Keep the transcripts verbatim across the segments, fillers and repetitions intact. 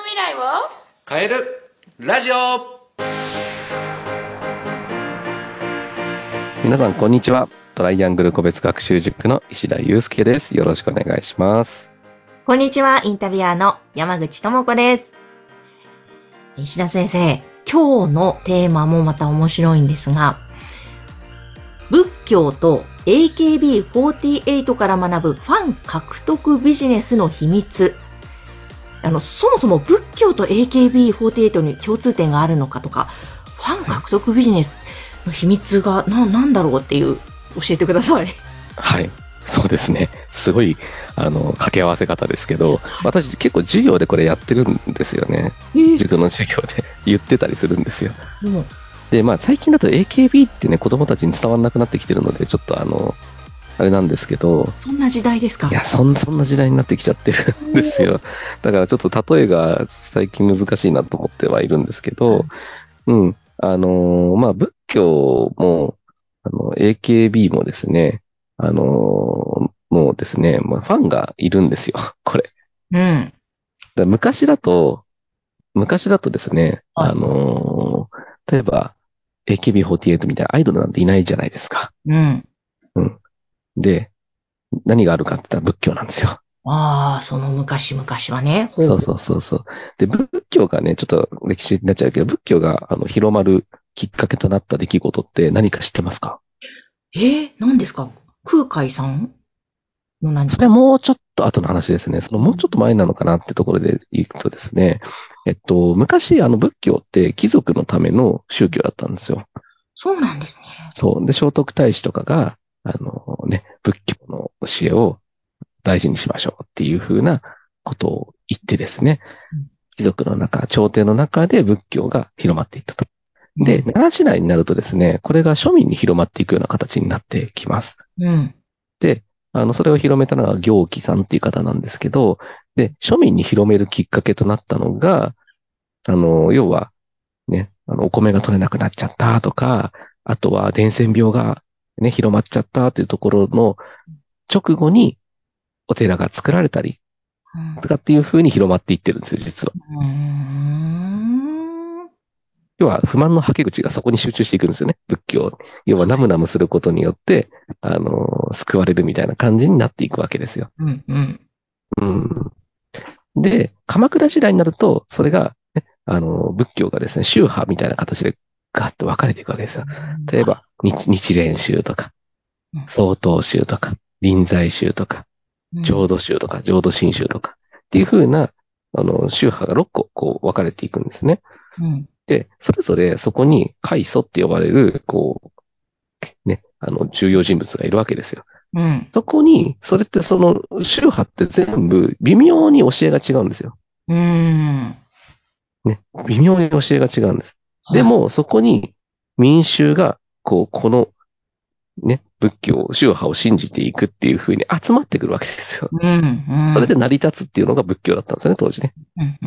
未来を変えるラジオ。 皆さんこんにちは。トライアングル個別学習塾の石田祐介です。よろしくお願いします。 こんにちは、インタビュアーの山口智子です。石田先生、今日のテーマもまた面白いんですが、仏教と エーケービーフォーティーエイト から学ぶファン獲得ビジネスの秘密。あの、そもそも仏教と エーケービーフォーティーエイト に共通点があるのかとか、ファン獲得ビジネスの秘密がな、なんだろうっていう、教えてください。 はい。そうですね。すごい、あの、掛け合わせ方ですけど、私結構授業でこれやってるんですよね。塾の授業で言ってたりするんですよ。 うん、 で、まあ最近だと エーケービー ってね、子供たちに伝わんなくなってきてるので、ちょっとあの、あれなんですけど。 そんな時代ですか？ いや、そん、そんな時代になってきちゃってるんですよ。だからちょっと例えが最近難しいなと思ってはいるんですけど、うん。あのーまあ仏教も、あの、エーケービー もですね、あのーもうですね、まあ、ファンがいるんですよ、これ。 うん。 だ昔だと、昔だとですね、 はい。 あのー例えば、エーケービーフォーティーエイト みたいなアイドルなんていないじゃないですか。 うん。 うん。で、何があるかって言ったら仏教なんですよ。 ああ、その昔々はね。ほう。 そうそうそうそう。で、仏教がね、ちょっと歴史になっちゃうけど、仏教があの広まるきっかけとなった出来事って何か知ってますか？ えー、何ですか？空海さんの何か。 それはもうちょっと後の話ですね。そのもうちょっと前なのかなってところで言うとですね、えっと、昔、あの仏教って貴族のための宗教だったんですよ。 そうなんですね。 そう。で、聖徳太子とかが、あのね、仏教の教えを大事にしましょうっていうふうなことを言ってですね、貴族の中、朝廷の中で仏教が広まっていったと。で、奈良時代になるとですね、これが庶民に広まっていくような形になってきます。 うん。 で、あの、それを広めたのが行基さんっていう方なんですけど、で、庶民に広めるきっかけとなったのが、あの、要は、ね、あの、お米が取れなくなっちゃったとか、あとは伝染病がね、広まっちゃったというところの直後にお寺が作られたり、とかっていう風に広まっていってるんですよ、実は。 うーん。 要は、不満の吐け口がそこに集中していくんですよね、仏教。要は、ナムナムすることによって、あの、救われるみたいな感じになっていくわけですよ。 うんうん。 うん。で、鎌倉時代になると、それが、ね、あの、仏教がですね、宗派みたいな形でガッと分かれていくわけですよ。例えば、日、日蓮宗とか、曹洞宗とか、臨済宗とか、浄土宗とか、浄土真宗とか、っていう風な、あの、宗派がろっこ、こう、分かれていくんですね。 うん。 で、それぞれそこに、開祖って呼ばれる、こう、ね、あの、重要人物がいるわけですよ。 うん。 そこに、それってその、宗派って全部、微妙に教えが違うんですよ。 うーん。 ね、微妙に教えが違うんです。ではい。 も、そこに民衆が、こう、この、ね、仏教、宗派を信じていくっていう風に集まってくるわけですよ。 うん。うん。 それで成り立つっていうのが仏教だったんですよね、当時ね。 うん。うん。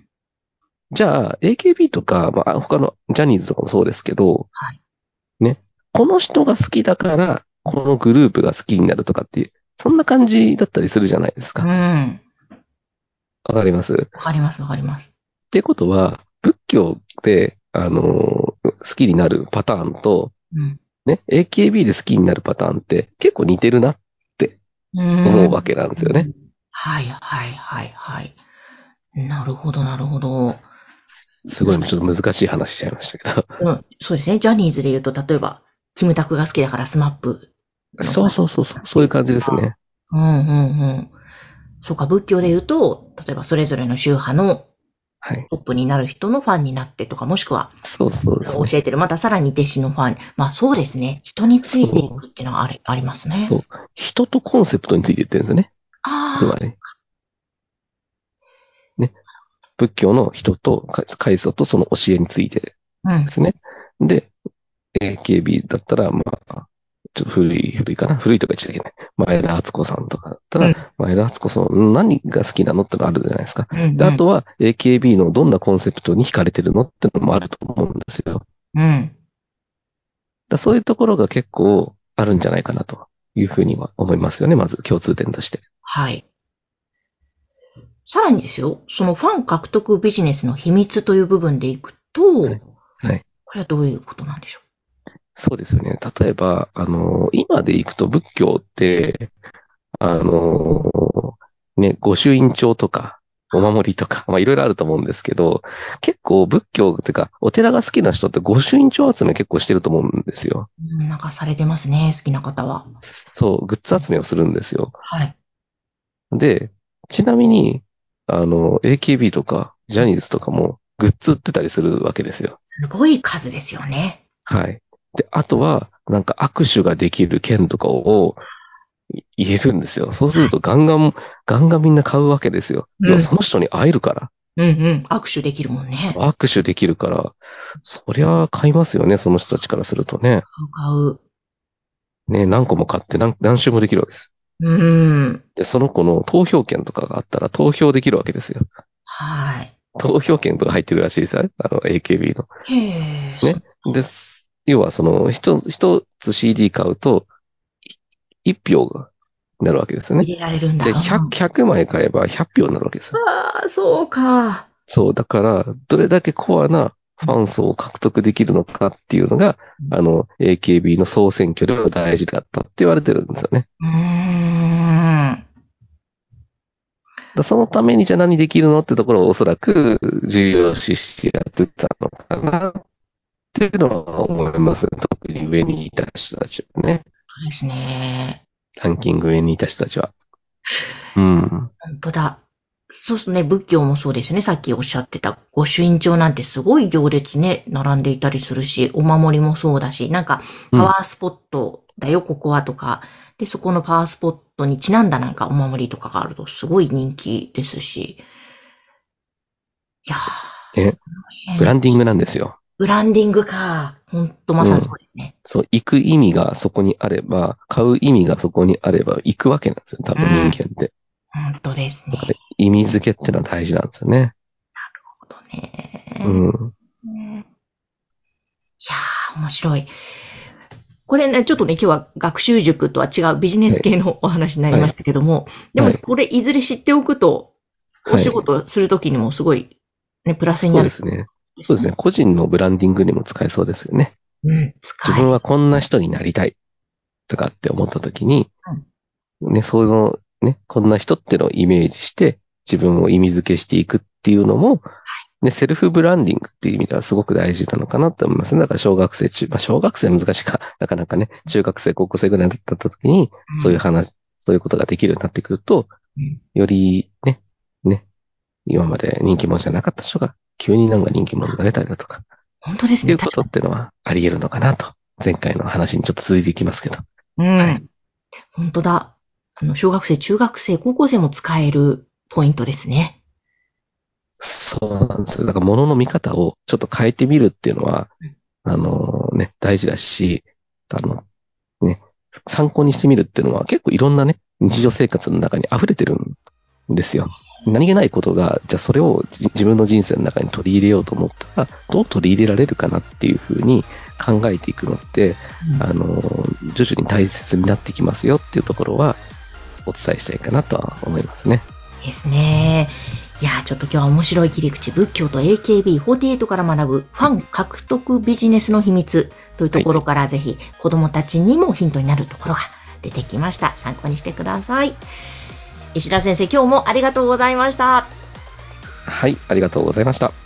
じゃあ、エーケービー とか、まあ、他のジャニーズとかもそうですけど、 はい。 ね、この人が好きだから、このグループが好きになるとかっていう、そんな感じだったりするじゃないですうか。 ん。 わかります？っわかります、わかります。 ていうことは、仏教で、あのー好きになるパターンと、 うん。 ね、エーケービー で好きになるパターンって結構似てるなってうーん。 思うわけなんですよね。 はい、はい、はい、はい。なるほど、なるほど。 すごいちょっと難しい話しちゃいましたけど。 うん、そうですね。ジャニーズで言うと、例えば、キムタクが好きだからスマップのファンそうそうそうそう、 っていう。 そういう感じですね。 うん、うん、うん。そうか、仏教で言うと、例えばそれぞれの宗派のはい。 トップになる人のファンになってとか、もしくは、 そうそうですね。 教えてる、またさらに弟子のファン。まあそうですね。人についていそう、 くっていうのはあり、ありますね。 そう。人とコンセプトについて言ってるんですよね。つああ、 まり。ね。仏教の人と、開祖とその教えについてうん、 ですね。で、エーケービー だったら、まあ、ちょっと古い、古いかな古いとか言っちゃいけない。前田敦子さんとかだったうん、 ら、前田敦子さん、何が好きなのってのあるじゃないですか。 うん、 で、 うん、 あとは エーケービー のどんなコンセプトに惹かれてるのってのもあると思うんですよ。 うん。 だそういうところが結構あるんじゃないかなというふうには思いますよね。まず共通点として。 はい。 さらにですよ、そのファン獲得ビジネスの秘密という部分でいくと、 はい。はい。 これはどういうことなんでしょそうですよね。例えば、あの、今でいくと仏教って、あの、ね、御朱印帳とか、お守りとか、まあいろいろあると思うんですけど、結構仏教っていうか、お寺が好きな人って御朱印帳集め結構してると思うんですよ。 う。うん、なんかされてますね、好きな方は。 そう、グッズ集めをするんですよ。 はい。 で、ちなみに、あの、エーケービー とか、ジャニーズとかも、グッズ売ってたりするわけですよ。 すごい数ですよね。 はい。で、あとは、なんか握手ができる券とかをい入れるんですよ。そうするとガンガン、ガンガンみんな買うわけですよ。要はうん。 その人に会えるから。 うんうん。握手できるもんね。 そう握手できるから。そりゃ買いますよね、その人たちからするとね。 買う買う。 ね、何個も買って何、何周もできるわけです。 うーん。 で、その子の投票権とかがあったら投票できるわけですよ。 はい。 投票権とか入ってるらしいですよね。あの、エーケービー の。 へえ、そね。で、要はその、一つ、一つ シーディー 買うと、い一票がなるわけですよね。 入れられるんだ。 で、 うひゃく、 ん。 ひゃくまい買えばひゃく票になるわけですよ。 ああ、そうか。 そう、だから、どれだけコアなファン層を獲得できるのかっていうのが、あの、エーケービー の総選挙では大事だったって言われてるんですよね。 うーん。 だそのためにじゃあ何できるのってところをおそらく重要視してやってたのかなっていうのは思います。特に上にいた人たちはね。 そうですね。 ランキング上にいた人たちは。うん。 本当だ。そうするとね、仏教もそうですね。さっきおっしゃってた御朱印帳なんてすごい行列ね、並んでいたりするし、お守りもそうだし、なんかうん。 パワースポットだよ、ここはとか、で、そこのパワースポットにちなんだなんかお守りとかがあるとすごい人気ですし、いやー、 ね。 その辺、 ブランディングなんですよ。 ブランディングか。ほんとまさにそううん。 ですね。 そう、行く意味がそこにあれば、買う意味がそこにあれば行くわけなんですよ。多分人うん。 間って。 ほんとですだからね。 意味付けってのは大事なんですよね。 ほどうね。 ん。 ねいやー、面白い。これね、ちょっとね、今日は学習塾とは違うビジネはい。 ス系のお話になりはい。 ましたけども、でもはい。 これいずれ知っておくと、お仕はい。 事するときにもすごい、ね、プラスにそうなるですね。そうですね。 ですね。 個人のブランディングにも使えそうですよね。 うん、 自使える。 分はこんな人になりたいとかって思った時に、 うん、 ね、その、ね、こんな人っていうのをイメージして、自分を意味付けしていくっていうのも、ね、セルフブランディングっていう意味ではすごく大事なのかなって思いますね。だから小学生、中、まあ小学生難しいか、なかなかね、中学生、高校生ぐらいだった時に、そういう話、そういうことができるようになってくると、 うん、 よりね、ね、今まで人気者じゃなかった人が急になんか人気者になれたりだとか、っ本当ですね、 ていうこと確かっていうのはあり得るのかなと。前回の話にちょっと続いていきますけど。 に。うはい。 ん、本当だ。あの、小学生、中学生、高校生も使えるポイントですね。 そうなんですよ。だから物の見方をちょっと変えてみるっていうのは、あのね、大事だし、あの、ね、参考にしてみるっていうのは結構いろんなね、日常生活の中に溢れてるんですよ。何気ないことが、じゃあそれをじ自分の人生の中に取り入れようと思ったら、どう取り入れられるかなっていうふうに考えていくのって、 うん、 あの、徐々に大切になってきますよっていうところは、お伝えしたいかなとは思いますね。 ですね。いやー、ちょっと今日は面白い切り口、仏教と エーケービー、フォーティーエイトから学ぶファン獲得ビジネスの秘密というところから、ぜひ子供たちにもヒントになるところが出てきました。参考にしてください。石田先生、今日もありがとうございました。 はい、ありがとうございました。